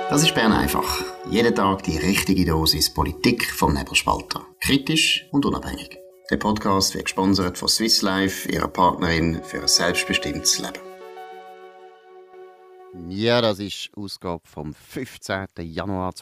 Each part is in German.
Das ist Bern einfach. Jeden Tag die richtige Dosis Politik vom Nebelspalter. Kritisch und unabhängig. Der Podcast wird gesponsert von Swiss Life, ihrer Partnerin für ein selbstbestimmtes Leben. Ja, das ist Ausgabe vom 15. Januar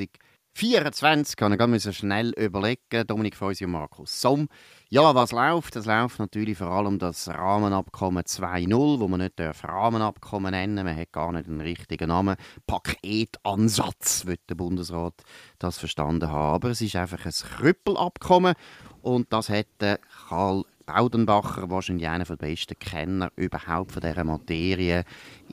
2024. Kann ich ganz schnell überlegen. Dominik Feusi und Markus Somm. Ja, was läuft? Es läuft natürlich vor allem das Rahmenabkommen 2.0, wo man nicht Rahmenabkommen nennen. Man hat gar nicht einen richtigen Namen. Paketansatz, wird der Bundesrat das verstanden haben. Aber es ist einfach ein Krüppelabkommen und das hat Karl Baudenbacher, wahrscheinlich einer der besten Kenner überhaupt von dieser Materie,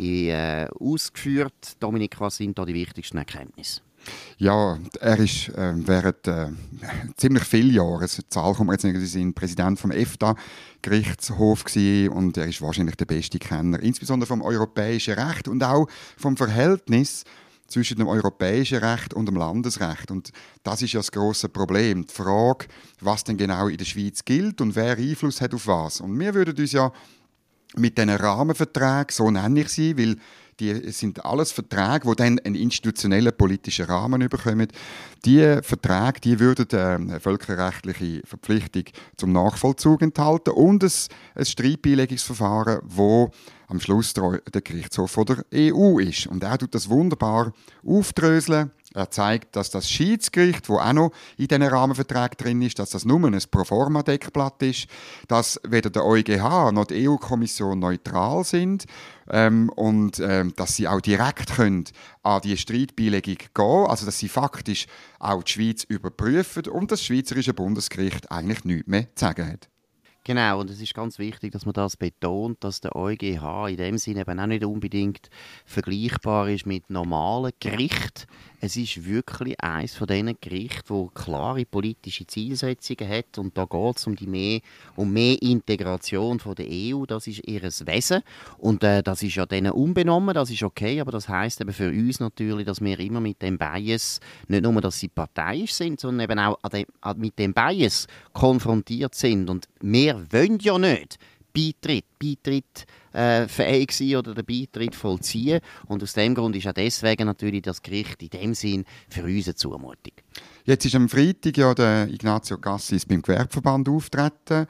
ausgeführt. Dominik, was sind da die wichtigsten Erkenntnisse? Ja, er ist während ziemlich vielen Jahren, eine Zahl kommt mir jetzt nicht, Sie sind Präsident vom EFTA-Gerichtshof gewesen, und er ist wahrscheinlich der beste Kenner, insbesondere vom europäischen Recht und auch vom Verhältnis zwischen dem europäischen Recht und dem Landesrecht. Und das ist ja das grosse Problem, die Frage, was denn genau in der Schweiz gilt und wer Einfluss hat auf was. Und wir würden uns ja mit diesen Rahmenverträgen, so nenne ich sie, weil die sind alles Verträge, die dann einen institutionellen politischen Rahmen bekommen. Diese Verträge, die würden eine völkerrechtliche Verpflichtung zum Nachvollzug enthalten und ein Streitbeilegungsverfahren, wo am Schluss der Gerichtshof der EU ist. Und er tut das wunderbar aufdröseln. Er zeigt, dass das Schiedsgericht, das auch noch in diesen Rahmenverträgen drin ist, dass das nur ein Proforma-Deckblatt ist, dass weder der EuGH noch die EU-Kommission neutral sind und dass sie auch direkt können an die Streitbeilegung gehen, also dass sie faktisch auch die Schweiz überprüfen und das Schweizerische Bundesgericht eigentlich nichts mehr zu sagen hat. Genau, und es ist ganz wichtig, dass man das betont, dass der EuGH in dem Sinne eben auch nicht unbedingt vergleichbar ist mit normalen Gerichten. Es ist wirklich eines von diesen Gerichten, das klare politische Zielsetzungen hat. Und da geht es um mehr Integration von der EU. Das ist ihr Wesen. Und das ist ja denen unbenommen, das ist okay. Aber das heisst eben für uns natürlich, dass wir immer mit dem Bias, nicht nur, dass sie parteiisch sind, sondern eben auch mit dem Bias konfrontiert sind. Und wir wollen ja nicht Beitritt fähig sein oder den Beitritt vollziehen. Und aus dem Grund ist auch deswegen natürlich das Gericht in dem Sinn für uns eine Zumutung. Jetzt ist am Freitag ja der Ignazio Cassis beim Gewerbeverband auftreten.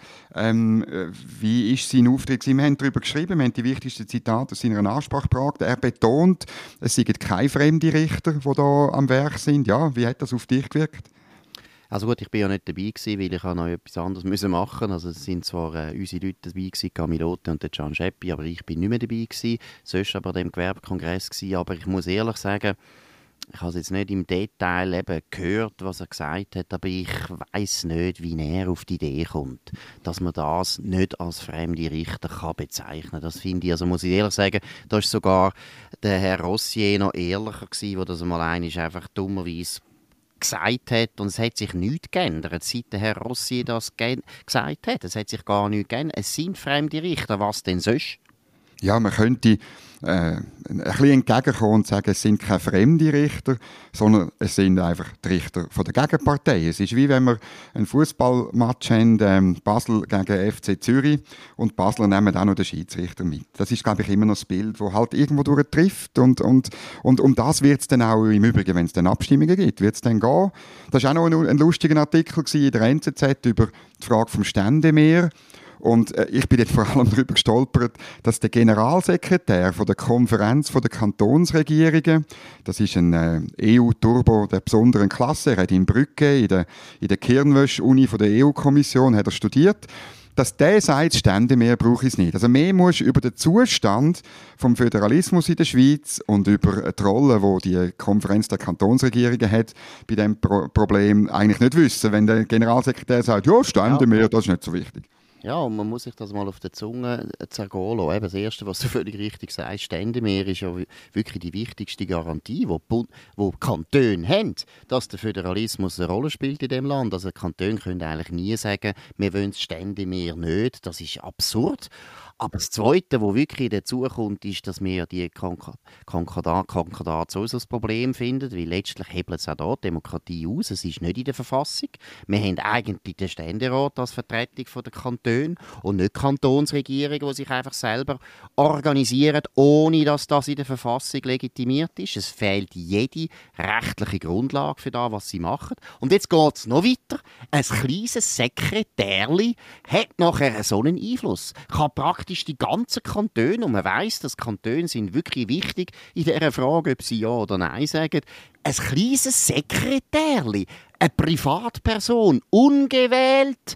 Wie ist sein Auftritt? Wir haben darüber geschrieben, wir haben die wichtigsten Zitate aus seiner Ansprache gebracht. Er betont, es seien keine fremden Richter, die hier am Werk sind. Ja, wie hat das auf dich gewirkt? Also gut, ich war ja nicht dabei gewesen, weil ich noch etwas anderes machen musste. Also es sind zwar unsere Leute dabei gewesen, Camilote und der Can Scheppi, aber ich bin nicht mehr dabei gewesen. Sonst aber an dem Gewerbekongress gewesen. Aber ich muss ehrlich sagen, ich habe es jetzt nicht im Detail eben gehört, was er gesagt hat, aber ich weiss nicht, wie er auf die Idee kommt, dass man das nicht als fremde Richter kann bezeichnen kann. Das finde ich, also muss ich ehrlich sagen, da ist sogar der Herr Rossier noch ehrlicher gewesen, der das mal einfach dummerweise gesagt hat, und es hat sich nichts geändert, seit der Herr Rossier das gesagt hat. Es hat sich gar nichts geändert. Es sind fremde Richter. Was denn sonst? Ja, man könnte ein bisschen entgegenkommen und sagen, es sind keine fremden Richter, sondern es sind einfach die Richter von der Gegenpartei. Es ist wie wenn wir einen Fußballmatch haben, Basel gegen FC Zürich, und Basler nehmen auch noch den Schiedsrichter mit. Das ist, glaube ich, immer noch das Bild, das halt irgendwo durchtrifft. Und um das wird es dann auch im Übrigen, wenn es dann Abstimmungen gibt, wird es dann gehen. Das war auch noch ein lustiger Artikel in der NZZ über die Frage vom Ständemeer. Und ich bin jetzt vor allem darüber gestolpert, dass der Generalsekretär von der Konferenz der Kantonsregierungen, das ist ein EU-Turbo der besonderen Klasse, er hat in Brügge in der Kirnwösch-Uni der EU-Kommission hat er studiert, dass der sagt, Ständemeer brauche ich es nicht. Also mehr musst du über den Zustand vom Föderalismus in der Schweiz und über die Rolle, die die Konferenz der Kantonsregierungen hat, bei diesem Problem eigentlich nicht wissen, wenn der Generalsekretär sagt, ja, Ständemeer, das ist nicht so wichtig. Ja, und man muss sich das mal auf der Zunge zergehen lassen. Eben das Erste, was du völlig richtig sagst, Ständemeer ist ja wirklich die wichtigste Garantie, die Kantone haben, dass der Föderalismus eine Rolle spielt in dem Land. Also Kantone können eigentlich nie sagen, wir wollen das Ständemeer nicht. Das ist absurd. Aber das Zweite, was wirklich dazukommt, ist, dass wir die Konkordat sowieso das Problem finden, weil letztlich hebelt es auch hier die Demokratie aus. Es ist nicht in der Verfassung. Wir haben eigentlich den Ständerat als Vertretung der Kantone und nicht die Kantonsregierung, die sich einfach selber organisieren, ohne dass das in der Verfassung legitimiert ist. Es fehlt jede rechtliche Grundlage für das, was sie machen. Und jetzt geht es noch weiter. Ein kleines Sekretärli hat nachher so einen Einfluss. Kann praktisch die ganzen Kantone, und man weiss, dass Kantone sind wirklich wichtig in dieser Frage, ob sie Ja oder Nein sagen, ein kleines Sekretärli, eine Privatperson, ungewählt,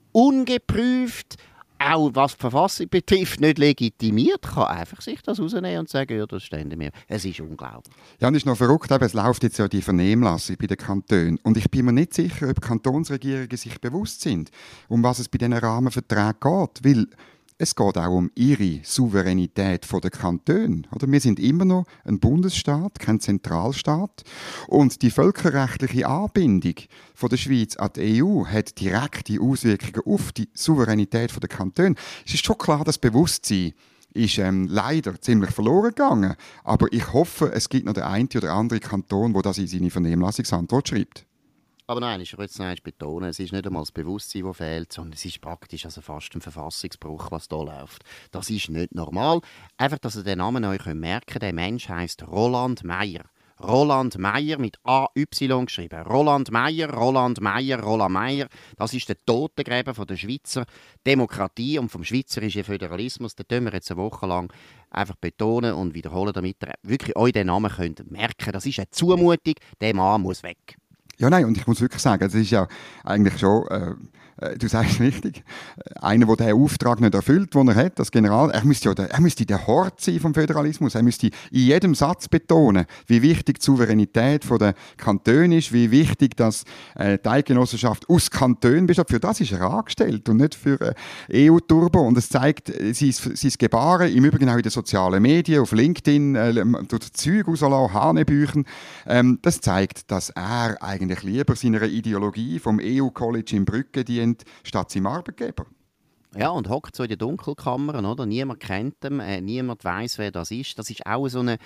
ungeprüft, auch was die Verfassung betrifft, nicht legitimiert, kann einfach sich das rausnehmen und sagen, ja, das stände mir. Es ist unglaublich. Ja, und es ist noch verrückt, es läuft jetzt ja die Vernehmlassung bei den Kantonen. Und ich bin mir nicht sicher, ob Kantonsregierungen sich bewusst sind, um was es bei diesen Rahmenverträgen geht. Weil es geht auch um ihre Souveränität der Kantone. Oder? Wir sind immer noch ein Bundesstaat, kein Zentralstaat. Und die völkerrechtliche Anbindung von der Schweiz an die EU hat direkte Auswirkungen auf die Souveränität der Kantone. Es ist schon klar, das Bewusstsein ist leider ziemlich verloren gegangen. Aber ich hoffe, es gibt noch den einen oder anderen Kanton, der das in seine Vernehmlassungsantwort schreibt. Aber nein, ich will jetzt betonen, es ist nicht einmal das Bewusstsein, das fehlt, sondern es ist praktisch fast ein Verfassungsbruch, was hier läuft. Das ist nicht normal. Einfach, dass ihr den Namen euch merken könnt, der Mensch heisst Roland Meyer. Roland Meyer mit AY geschrieben. Roland Meyer, Roland Meyer, Roland Meyer. Das ist der Totengräber von der Schweizer Demokratie und vom schweizerischen Föderalismus. Den tun wir jetzt eine Woche lang einfach betonen und wiederholen, damit ihr wirklich euch den Namen könnt merken. Das ist eine Zumutung. Der Mann muss weg. Ja, nein, und ich muss wirklich sagen, es ist ja eigentlich schon, du sagst richtig, einer, der diesen Auftrag nicht erfüllt, den er hat, das General, er müsste der Hort sein vom Föderalismus, er müsste in jedem Satz betonen, wie wichtig die Souveränität der Kantone ist, wie wichtig dass die Eidgenossenschaft aus Kantonen besteht. Für das ist er angestellt und nicht für EU-Turbo. Und es zeigt sein Gebaren, im Übrigen auch in den sozialen Medien, auf LinkedIn, durch Zeug rauslassen, Hanebüchen. Das zeigt, dass er eigentlich lieber seiner Ideologie vom EU-College in Brügge dient, statt seinem Arbeitgeber. Ja, und hockt so in den Dunkelkammern, oder? Niemand kennt ihn, niemand weiß, wer das ist. Das ist auch so eine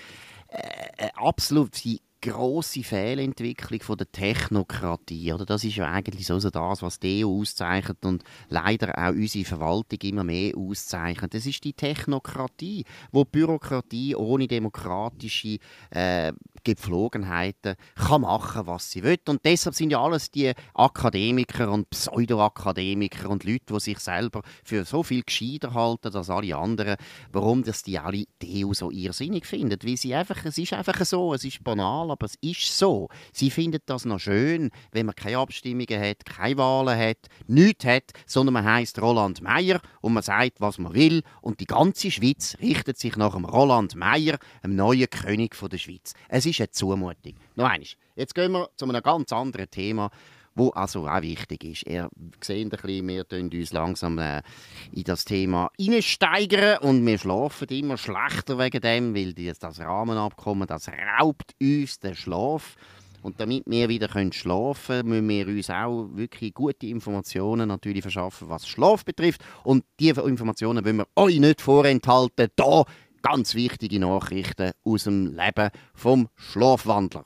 absolute grosse Fehlentwicklung von der Technokratie. Oder? Das ist ja eigentlich so das, was die EU auszeichnet und leider auch unsere Verwaltung immer mehr auszeichnet. Das ist die Technokratie, wo die Bürokratie ohne demokratische Gepflogenheiten kann machen, was sie will. Und deshalb sind ja alles die Akademiker und Pseudo-Akademiker und Leute, die sich selber für so viel gescheiter halten als alle anderen, warum das die alle die EU so irrsinnig finden. Weil es ist einfach so, es ist banal, aber es ist so. Sie finden das noch schön, wenn man keine Abstimmungen hat, keine Wahlen hat, nichts hat, sondern man heisst Roland Meyer und man sagt, was man will. Und die ganze Schweiz richtet sich nach dem Roland Meyer, dem neuen König der Schweiz. Es ist eine Zumutung. Noch einmal. Jetzt gehen wir zu einem ganz anderen Thema, wo also auch wichtig ist. Ihr seht ein bisschen, wir tun uns langsam in das Thema hineinsteigern und wir schlafen immer schlechter wegen dem, weil das Rahmenabkommen, das raubt uns den Schlaf. Und damit wir wieder schlafen können, müssen wir uns auch wirklich gute Informationen natürlich verschaffen, was Schlaf betrifft. Und diese Informationen wollen wir euch nicht vorenthalten. Da ganz wichtige Nachrichten aus dem Leben vom Schlafwandler.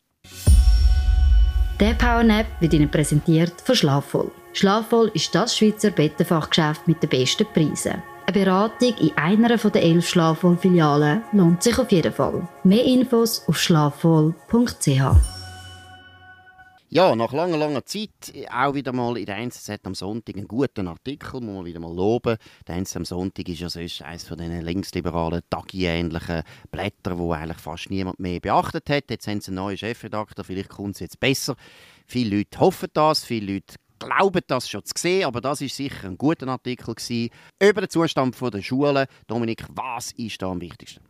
Der PowerNap wird Ihnen präsentiert von Schlafvoll. Schlafvoll ist das Schweizer Bettenfachgeschäft mit den besten Preisen. Eine Beratung in einer der 11 Schlafvoll-Filialen lohnt sich auf jeden Fall. Mehr Infos auf schlafvoll.ch. Ja, nach langer Zeit auch wieder mal in der NZZ am Sonntag einen guten Artikel, muss man wieder mal loben. Der NZZ am Sonntag ist ja sonst eines von diesen linksliberalen, Tagi-ähnlichen Blättern, die eigentlich fast niemand mehr beachtet hat. Jetzt haben sie einen neuen Chefredakteur, vielleicht kommt es jetzt besser. Viele Leute hoffen das, viele Leute glauben das schon zu sehen, aber das war sicher ein guter Artikel gewesen, über den Zustand der Schulen. Dominik, was ist da am wichtigsten?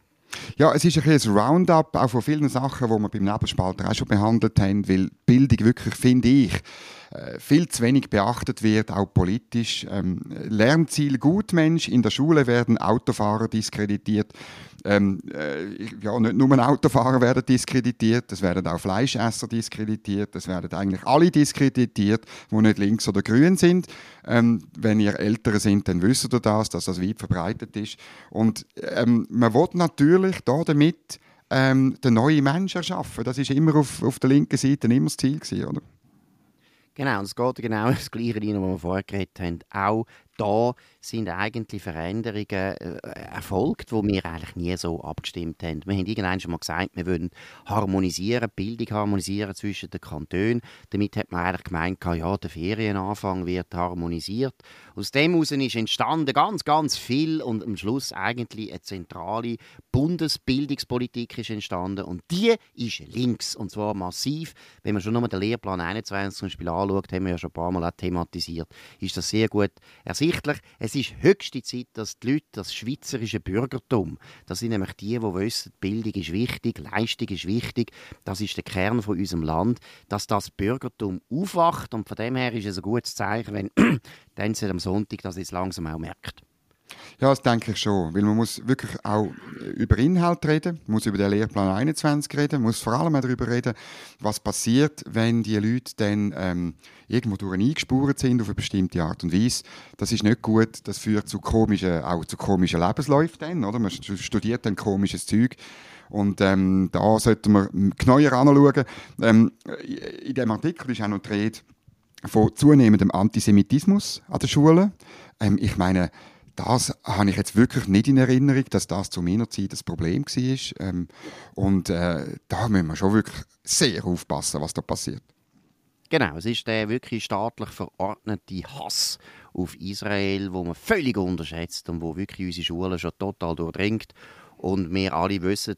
Ja, es ist ein bisschen ein Roundup auch von vielen Sachen, die wir beim Nebelspalter auch schon behandelt haben, weil Bildung wirklich, finde ich, viel zu wenig beachtet wird, auch politisch. Lernziel Gutmensch, in der Schule werden Autofahrer diskreditiert. Ja, nicht nur Autofahrer werden diskreditiert, es werden auch Fleischesser diskreditiert, es werden eigentlich alle diskreditiert, die nicht links oder grün sind. Wenn ihr Ältere sind, dann wisst ihr das, dass das weit verbreitet ist. Und man will natürlich damit den neuen Menschen erschaffen. Das ist immer auf der linken Seite immer das Ziel gewesen, oder? Genau, und es geht genau das Gleiche rein, was wir vorher geredet haben. Auch da sind eigentlich Veränderungen erfolgt, die wir eigentlich nie so abgestimmt haben. Wir haben irgendwann schon mal gesagt, wir wollen harmonisieren, die Bildung harmonisieren zwischen den Kantonen. Damit hat man eigentlich gemeint, ja, der Ferienanfang wird harmonisiert. Aus dem heraus ist entstanden ganz, ganz viel und am Schluss eigentlich eine zentrale Bundesbildungspolitik ist entstanden. Und die ist links, und zwar massiv. Wenn man schon nur den Lehrplan 21 zum Beispiel anschaut, haben wir ja schon ein paar Mal auch thematisiert, ist das sehr gut ersichtlich. Es ist höchste Zeit, dass die Leute das schweizerische Bürgertum, das sind nämlich die wissen, Bildung ist wichtig, Leistung ist wichtig, das ist der Kern von unserem Land, dass das Bürgertum aufwacht. Und von dem her ist es ein gutes Zeichen, wenn dann am Sonntag das jetzt langsam auch merkt. Ja, das denke ich schon, weil man muss wirklich auch über Inhalt reden, man muss über den Lehrplan 21 reden, man muss vor allem auch darüber reden, was passiert, wenn die Leute dann irgendwo durch eingespurt sind auf eine bestimmte Art und Weise. Das ist nicht gut, das führt zu komischen Lebensläufen dann, oder? Man studiert dann komisches Zeug. Und da sollten wir genauer anschauen. In diesem Artikel ist auch noch die Rede von zunehmendem Antisemitismus an den Schulen. Ich meine, das habe ich jetzt wirklich nicht in Erinnerung, dass das zu meiner Zeit das Problem war. Da müssen wir schon wirklich sehr aufpassen, was da passiert. Genau, es ist der wirklich staatlich verordnete Hass auf Israel, wo man völlig unterschätzt und wo wirklich unsere Schulen schon total durchdringt. Und wir alle wissen,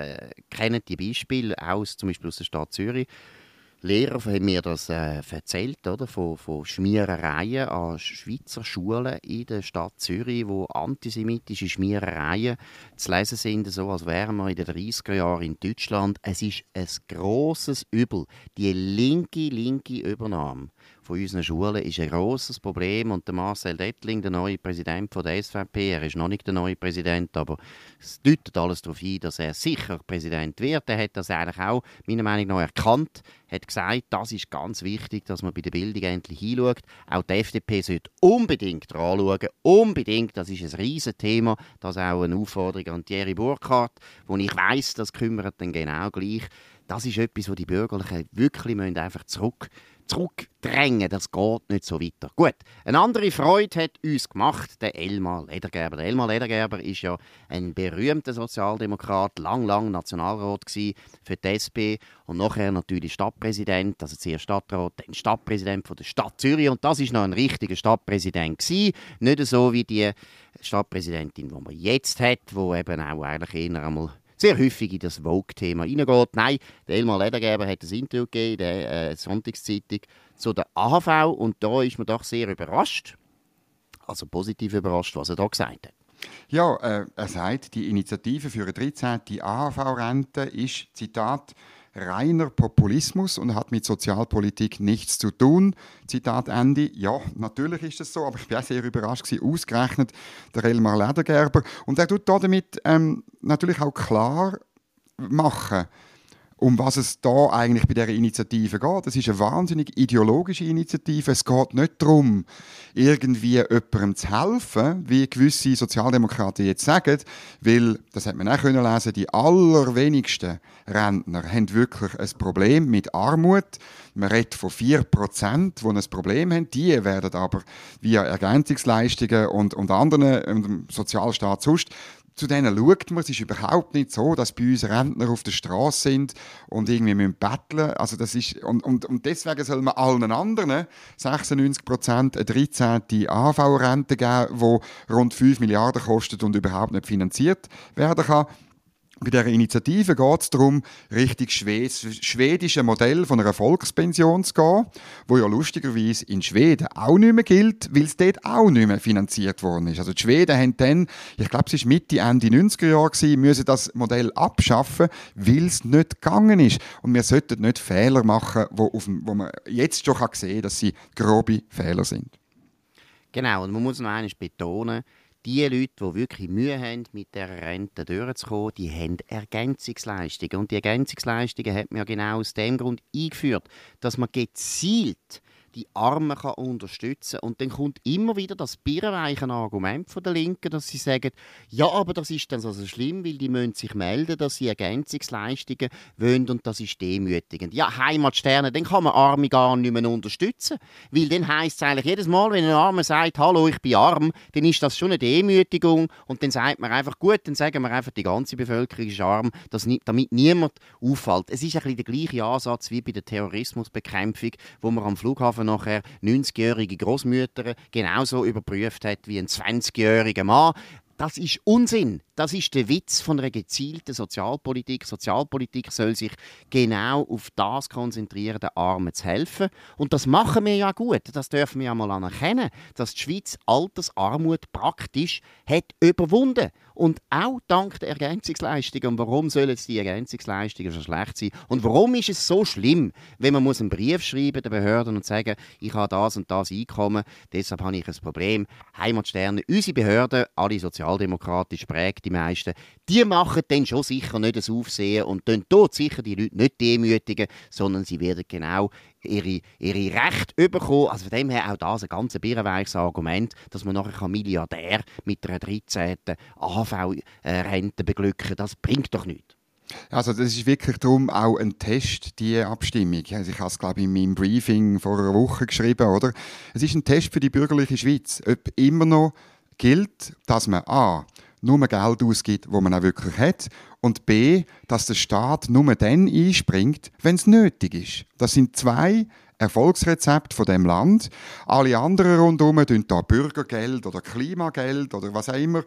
kennen die Beispiele zum Beispiel aus der Stadt Zürich. Lehrer haben mir das erzählt, oder? Von Schmierereien an Schweizer Schulen in der Stadt Zürich, wo antisemitische Schmierereien zu lesen sind, so als wären wir in den 30er Jahren in Deutschland. Es ist ein grosses Übel. Die linke Übernahme von unseren Schulen ist ein grosses Problem. Und der Marcel Dettling, der neue Präsident der SVP, er ist noch nicht der neue Präsident, aber es deutet alles darauf hin, dass er sicher Präsident wird. Er hat das eigentlich auch, meiner Meinung nach, erkannt, hat gesagt, das ist ganz wichtig, dass man bei der Bildung endlich hinschaut. Auch die FDP sollte unbedingt dran schauen. Unbedingt, das ist ein riesen Thema. Das ist auch eine Aufforderung an Thierry Burkhardt, wo ich weiss, das kümmert dann genau gleich. Das ist etwas, wo die Bürgerlichen wirklich einfach zurückdrängen. Das geht nicht so weiter. Gut, eine andere Freude hat uns gemacht, der Elmar Ledergerber. Der Elmar Ledergerber ist ja ein berühmter Sozialdemokrat, lang Nationalrat gewesen für die SP und nachher natürlich Stadtpräsident, also zuerst Stadtrat, dann Stadtpräsident von der Stadt Zürich. Und das ist noch ein richtiger Stadtpräsident gewesen. Nicht so wie die Stadtpräsidentin, die man jetzt hat, die eben auch eigentlich eher einmal sehr häufig in das Vogue-Thema reingeht. Nein, der Elmar Ledergerber hat ein Interview gegeben in der Sonntagszeitung zu der AHV und da ist man doch sehr überrascht, also positiv überrascht, was er da gesagt hat. Ja, er sagt, die Initiative für eine 13. AHV-Rente ist, Zitat, reiner Populismus und hat mit Sozialpolitik nichts zu tun. Zitat Ende. Ja, natürlich ist es so, aber ich war sehr überrascht gewesen, ausgerechnet der Elmar Ledergerber. Und er tut damit natürlich auch klar machen, um was es da eigentlich bei dieser Initiative geht. Es ist eine wahnsinnig ideologische Initiative. Es geht nicht darum, irgendwie jemandem zu helfen, wie gewisse Sozialdemokraten jetzt sagen, weil, das hat man auch lesen können, die allerwenigsten Rentner haben wirklich ein Problem mit Armut. Man redet von 4%, die ein Problem haben. Die werden aber via Ergänzungsleistungen und anderen Sozialstaat sonst zu denen schaut man. Es ist überhaupt nicht so, dass bei uns Rentner auf der Straße sind und irgendwie betteln müssen. Also das ist, und deswegen soll man allen anderen 96% eine 13. AHV-Rente geben, die rund 5 Milliarden kostet und überhaupt nicht finanziert werden kann. Bei dieser Initiative geht es darum, Richtung schwedische Modell von einer Volkspension zu gehen, wo ja lustigerweise in Schweden auch nicht mehr gilt, weil es dort auch nicht mehr finanziert worden ist. Also die Schweden haben dann, ich glaube es war Mitte, Ende 90er Jahre, müssen das Modell abschaffen, weil es nicht gegangen ist. Und wir sollten nicht Fehler machen, wo man jetzt schon sehen kann, dass sie grobe Fehler sind. Genau, und man muss noch einmal betonen, die Leute, die wirklich Mühe haben, mit dieser Rente durchzukommen, die haben Ergänzungsleistungen. Und die Ergänzungsleistungen hat man ja genau aus dem Grund eingeführt, dass man gezielt die Armen kann unterstützen kann. Und dann kommt immer wieder das birrenweiche Argument von der Linken, dass sie sagen, ja, aber das ist dann so schlimm, weil die müssen sich melden, dass sie Ergänzungsleistungen wollen und das ist demütigend. Ja, Heimatsterne, dann kann man Arme gar nicht mehr unterstützen. Weil dann heisst es eigentlich jedes Mal, wenn ein Armer sagt, hallo, ich bin arm, dann ist das schon eine Demütigung und dann sagt man einfach, gut, dann sagen wir einfach, die ganze Bevölkerung ist arm, damit niemand auffällt. Es ist ein bisschen der gleiche Ansatz wie bei der Terrorismusbekämpfung, wo man am Flughafen nachher 90-jährige Großmütter genauso überprüft hat wie ein 20-jähriger Mann. Das ist Unsinn. Das ist der Witz von einer gezielten Sozialpolitik. Sozialpolitik soll sich genau auf das konzentrieren, den Armen zu helfen. Und das machen wir ja gut. Das dürfen wir ja mal anerkennen, dass die Schweiz Altersarmut praktisch hat überwunden. Und auch dank der Ergänzungsleistungen. Und warum sollen jetzt die Ergänzungsleistungen so schlecht sein? Und warum ist es so schlimm, wenn man einen Brief schreiben den Behörden und sagen, ich habe das und das Einkommen, deshalb habe ich ein Problem. Heimatsterne, unsere Behörden, alle sozialdemokratisch prägt, die meisten, die machen dann schon sicher nicht das Aufsehen und dann dort sicher die Leute nicht demütigen, sondern sie werden genau ihre Rechte bekommen. Also von dem her auch das ein ganz birrenweiches Argument, dass man nachher Milliardär mit einer 13. AHV-Rente beglücken kann. Das bringt doch nichts. Also das ist wirklich darum auch ein Test, diese Abstimmung. Also ich habe es, glaube ich, in meinem Briefing vor einer Woche geschrieben, oder? Es ist ein Test für die bürgerliche Schweiz, ob immer noch gilt, dass man A, nur Geld ausgibt, das man auch wirklich hat, und B, dass der Staat nur dann einspringt, wenn es nötig ist. Das sind zwei Erfolgsrezepte von dem Land. Alle anderen rundherum tun da Bürgergeld oder Klimageld oder was auch immer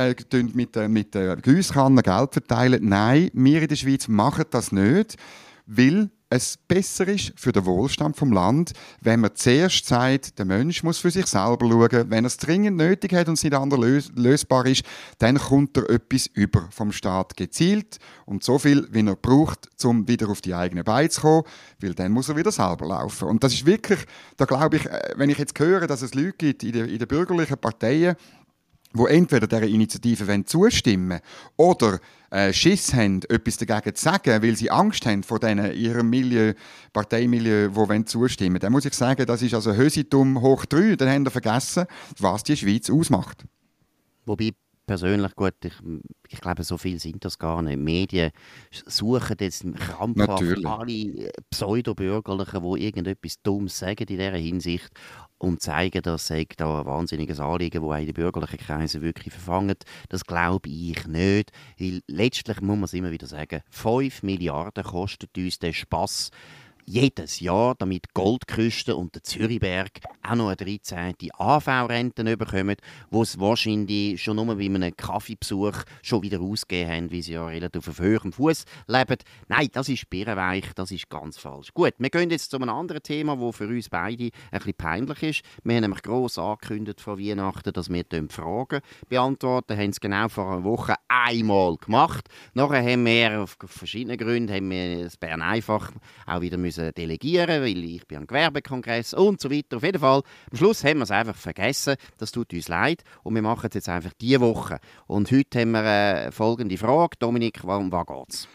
mit der Giesskanne Geld verteilen. Nein, wir in der Schweiz machen das nicht, weil es besser ist für den Wohlstand vom Land, wenn man zuerst sagt, der Mensch muss für sich selber schauen. Wenn er es dringend nötig hat und es nicht anders lösbar ist, dann kommt er etwas über vom Staat gezielt und so viel, wie er braucht, um wieder auf die eigenen Beine zu kommen, weil dann muss er wieder selber laufen. Und das ist wirklich, da glaube ich, wenn ich jetzt höre, dass es Leute gibt in den bürgerlichen Parteien, die entweder dieser Initiative zustimmen wollen oder Schiss haben, etwas dagegen zu sagen, weil sie Angst haben vor denen ihrem Parteimilieu, die zustimmen wollen, dann muss ich sagen, das ist also Hösitum hoch 3. Dann haben wir vergessen, was die Schweiz ausmacht. Wobei persönlich, gut, ich glaube, so viel sind das gar nicht. Medien suchen jetzt krampfhaft alle Pseudobürgerlichen, die irgendetwas Dummes sagen in dieser Hinsicht und zeigen, dass es da ein wahnsinniges Anliegen, das auch in den bürgerlichen Kreisen wirklich verfangen. Das glaube ich nicht, weil letztlich muss man es immer wieder sagen, 5 Milliarden kostet uns der Spass jedes Jahr, damit Goldküste und der Zürichberg auch noch eine 13. AV-Rente bekommen, die es wahrscheinlich schon nur bei einem Kaffeebesuch schon wieder ausgegeben haben, weil sie ja relativ auf höherem Fuß leben. Nein, das ist birrenweich, das ist ganz falsch. Gut, wir gehen jetzt zu einem anderen Thema, das für uns beide ein bisschen peinlich ist. Wir haben nämlich gross angekündigt vor Weihnachten, dass wir Fragen beantworten. Wir haben es genau vor einer Woche einmal gemacht. Nachher haben wir auf verschiedenen Gründen das Bern einfach auch wieder delegieren, weil ich bin am Gewerbekongress und so weiter. Auf jeden Fall, am Schluss haben wir es einfach vergessen. Das tut uns leid und wir machen es jetzt einfach diese Woche. Und heute haben wir folgende Frage. Dominik, um was geht's?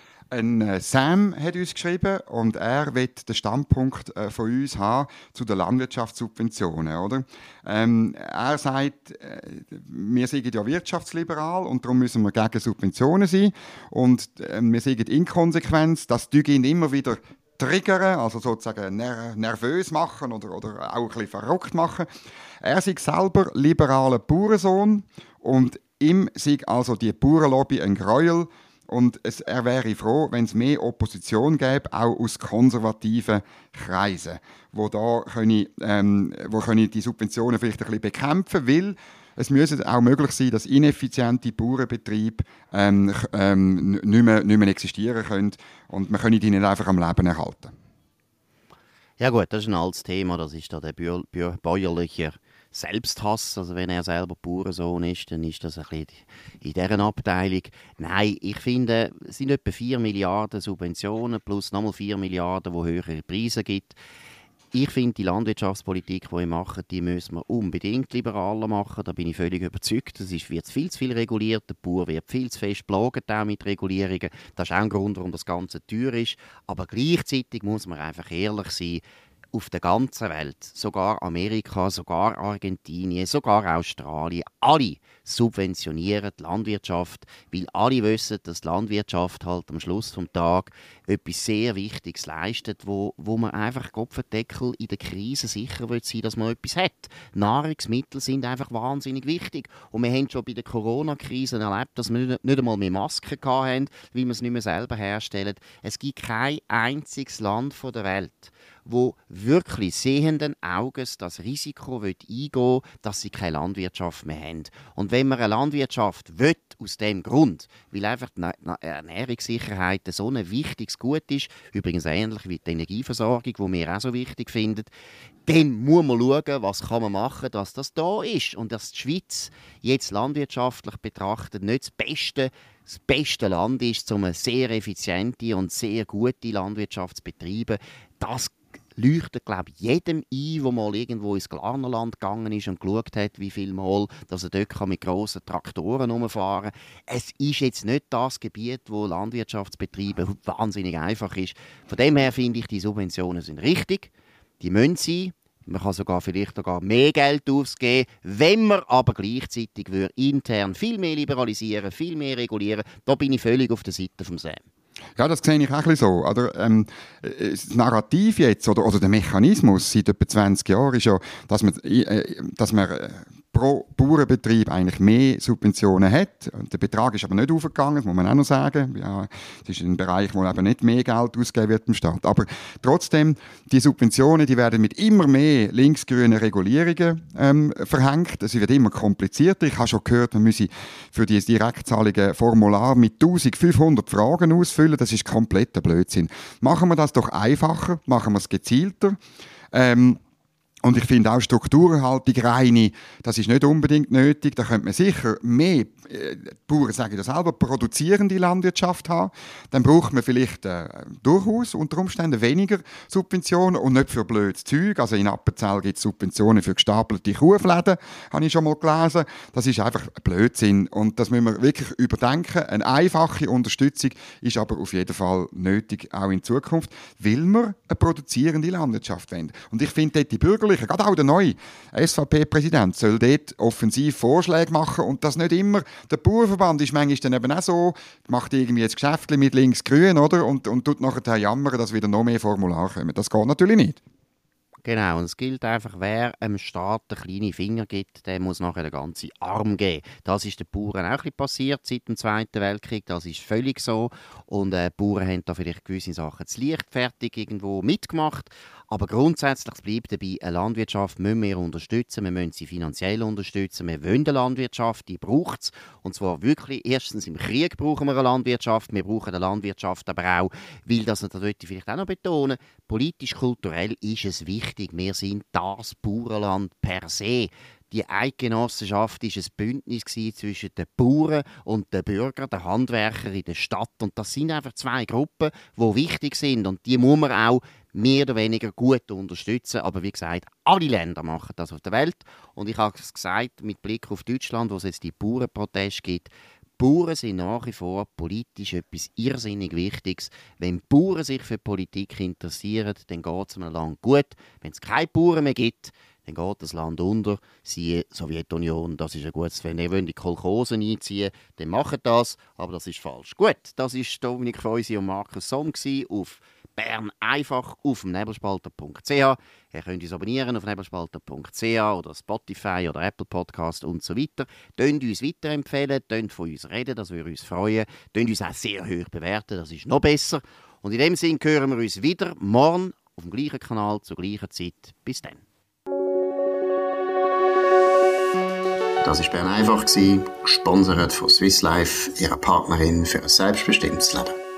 Sam hat uns geschrieben und er will den Standpunkt von uns haben zu den Landwirtschaftssubventionen. Oder? Er sagt, wir sind ja wirtschaftsliberal und darum müssen wir gegen Subventionen sein. Und wir sind inkonsequent, das ihn immer wieder triggern, also sozusagen nervös machen oder auch ein bisschen verrückt machen. Er ist selber liberaler Bauernsohn und ihm sei also die Bauernlobby ein Gräuel und er wäre froh, wenn es mehr Opposition gäbe, auch aus konservativen Kreisen, wo die Subventionen vielleicht ein bisschen bekämpfen, weil es müsse auch möglich sein, dass ineffiziente Bauernbetriebe nicht mehr existieren können und man könne die nicht einfach am Leben erhalten. Ja gut, das ist ein altes Thema, das ist da der bäuerliche Selbsthass. Also wenn er selber Bauernsohn ist, dann ist das ein bisschen in dieser Abteilung. Nein, ich finde, es sind etwa 4 Milliarden Subventionen plus nochmal 4 Milliarden, die höhere Preise gibt. Ich finde, die Landwirtschaftspolitik, die wir machen, die müssen wir unbedingt liberaler machen. Da bin ich völlig überzeugt. Es wird viel zu viel reguliert. Der Bauer wird viel zu fest plaget auch mit Regulierungen. Das ist auch ein Grund, warum das Ganze teuer ist. Aber gleichzeitig muss man einfach ehrlich sein. Auf der ganzen Welt, sogar Amerika, sogar Argentinien, sogar Australien, alle subventionieren die Landwirtschaft, weil alle wissen, dass die Landwirtschaft halt am Schluss des Tages etwas sehr Wichtiges leistet, wo man einfach Kopfendeckel in der Krise sicher will sein, dass man etwas hat. Nahrungsmittel sind einfach wahnsinnig wichtig. Und wir haben schon bei der Corona-Krise erlebt, dass wir nicht einmal mehr Masken hatten, weil wir es nicht mehr selber herstellen. Es gibt kein einziges Land der Welt, wo wirklich sehenden Auges das Risiko eingehen will, dass sie keine Landwirtschaft mehr haben. Und wenn man eine Landwirtschaft will, aus dem Grund, weil einfach die Ernährungssicherheit so ein wichtiges Gut ist, übrigens ähnlich wie die Energieversorgung, die wir auch so wichtig finden, dann muss man schauen, was kann man machen, dass das da ist. Und dass die Schweiz jetzt landwirtschaftlich betrachtet nicht das beste Land ist, um eine sehr effiziente und sehr gute Landwirtschaft zu betreiben, das leuchtet, glaube ich, jedem ein, der mal irgendwo ins Glarnerland gegangen ist und geschaut hat, wie viel Mal dass er dort mit grossen Traktoren rumfahren kann. Es ist jetzt nicht das Gebiet, wo Landwirtschaftsbetriebe wahnsinnig einfach ist. Von dem her finde ich, die Subventionen sind richtig, die müssen sein. Man kann vielleicht sogar mehr Geld ausgeben, wenn man aber gleichzeitig intern viel mehr liberalisieren, viel mehr regulieren. Da bin ich völlig auf der Seite vom Sam. Ja, das sehe ich auch ein bisschen so. Oder, das Narrativ jetzt oder der Mechanismus seit etwa 20 Jahren ist ja, dass man pro Bauernbetrieb eigentlich mehr Subventionen hat. Der Betrag ist aber nicht aufgegangen, das muss man auch noch sagen. Ja, es ist ein Bereich, wo eben nicht mehr Geld ausgegeben wird im Staat. Aber trotzdem, die Subventionen, die werden mit immer mehr linksgrünen Regulierungen verhängt. Es wird immer komplizierter. Ich habe schon gehört, man müsse für die Direktzahlungen Formular mit 1500 Fragen ausfüllen. Das ist kompletter Blödsinn. Machen wir das doch einfacher, machen wir es gezielter. Und ich finde auch Strukturerhaltung reine, das ist nicht unbedingt nötig. Da könnte man sicher mehr, die Bauern sagen ja selber, produzierende Landwirtschaft haben. Dann braucht man vielleicht durchaus unter Umständen weniger Subventionen und nicht für blödes Zeug. Also in Appenzell gibt es Subventionen für gestapelte Kuhfläden, habe ich schon mal gelesen. Das ist einfach Blödsinn und das müssen wir wirklich überdenken. Eine einfache Unterstützung ist aber auf jeden Fall nötig, auch in Zukunft, weil wir eine produzierende Landwirtschaft wollen. Und ich finde dort die Bürger, gerade auch der neue SVP-Präsident soll dort offensiv Vorschläge machen und das nicht immer. Der Bauernverband ist manchmal dann eben auch so, macht irgendwie jetzt Geschäfte mit links-grün, oder? Und tut nachher jammern, dass wieder noch mehr Formulare kommen. Das geht natürlich nicht. Genau, und es gilt einfach, wer einem Staat den kleinen Finger gibt, der muss nachher den ganzen Arm geben. Das ist den Bauern auch ein bisschen passiert seit dem Zweiten Weltkrieg, das ist völlig so. Und die Bauern haben da vielleicht gewisse Sachen zu leichtfertig irgendwo mitgemacht. Aber grundsätzlich bleibt dabei, eine Landwirtschaft müssen wir unterstützen, wir müssen sie finanziell unterstützen, wir wollen eine Landwirtschaft, die braucht es. Und zwar wirklich, erstens im Krieg brauchen wir eine Landwirtschaft, wir brauchen eine Landwirtschaft aber auch, weil das sollte ich vielleicht auch noch betonen, politisch-kulturell ist es wichtig, wir sind das Bauernland per se. Die Eidgenossenschaft war ein Bündnis zwischen den Bauern und den Bürgern, den Handwerkern in der Stadt. Und das sind einfach zwei Gruppen, die wichtig sind. Und die muss man auch mehr oder weniger gut unterstützen. Aber wie gesagt, alle Länder machen das auf der Welt. Und ich habe es gesagt, mit Blick auf Deutschland, wo es jetzt die Bauernproteste gibt, Bauern sind nach wie vor politisch etwas irrsinnig Wichtiges. Wenn Bauern sich für Politik interessieren, dann geht es einem Land gut. Wenn es keine Bauern mehr gibt, dann geht das Land unter. Siehe Sowjetunion, das ist ein gutes. Wenn ihr die Kolchosen einziehen wollt, dann macht das, aber das ist falsch. Gut, das war Dominik Feusi und Markus Somm auf Bern einfach auf dem nebelspalter.ch. Ihr könnt uns abonnieren auf nebelspalter.ch oder Spotify oder Apple Podcast und so weiter. Tönt uns weiterempfehlen, tönt von uns reden, das würde uns freuen. Tönt uns auch sehr hoch bewerten, das ist noch besser. Und in dem Sinne hören wir uns wieder morgen auf dem gleichen Kanal zur gleichen Zeit. Bis dann. Das war Bern einfach, gesponsert von Swiss Life, ihrer Partnerin für ein selbstbestimmtes Leben.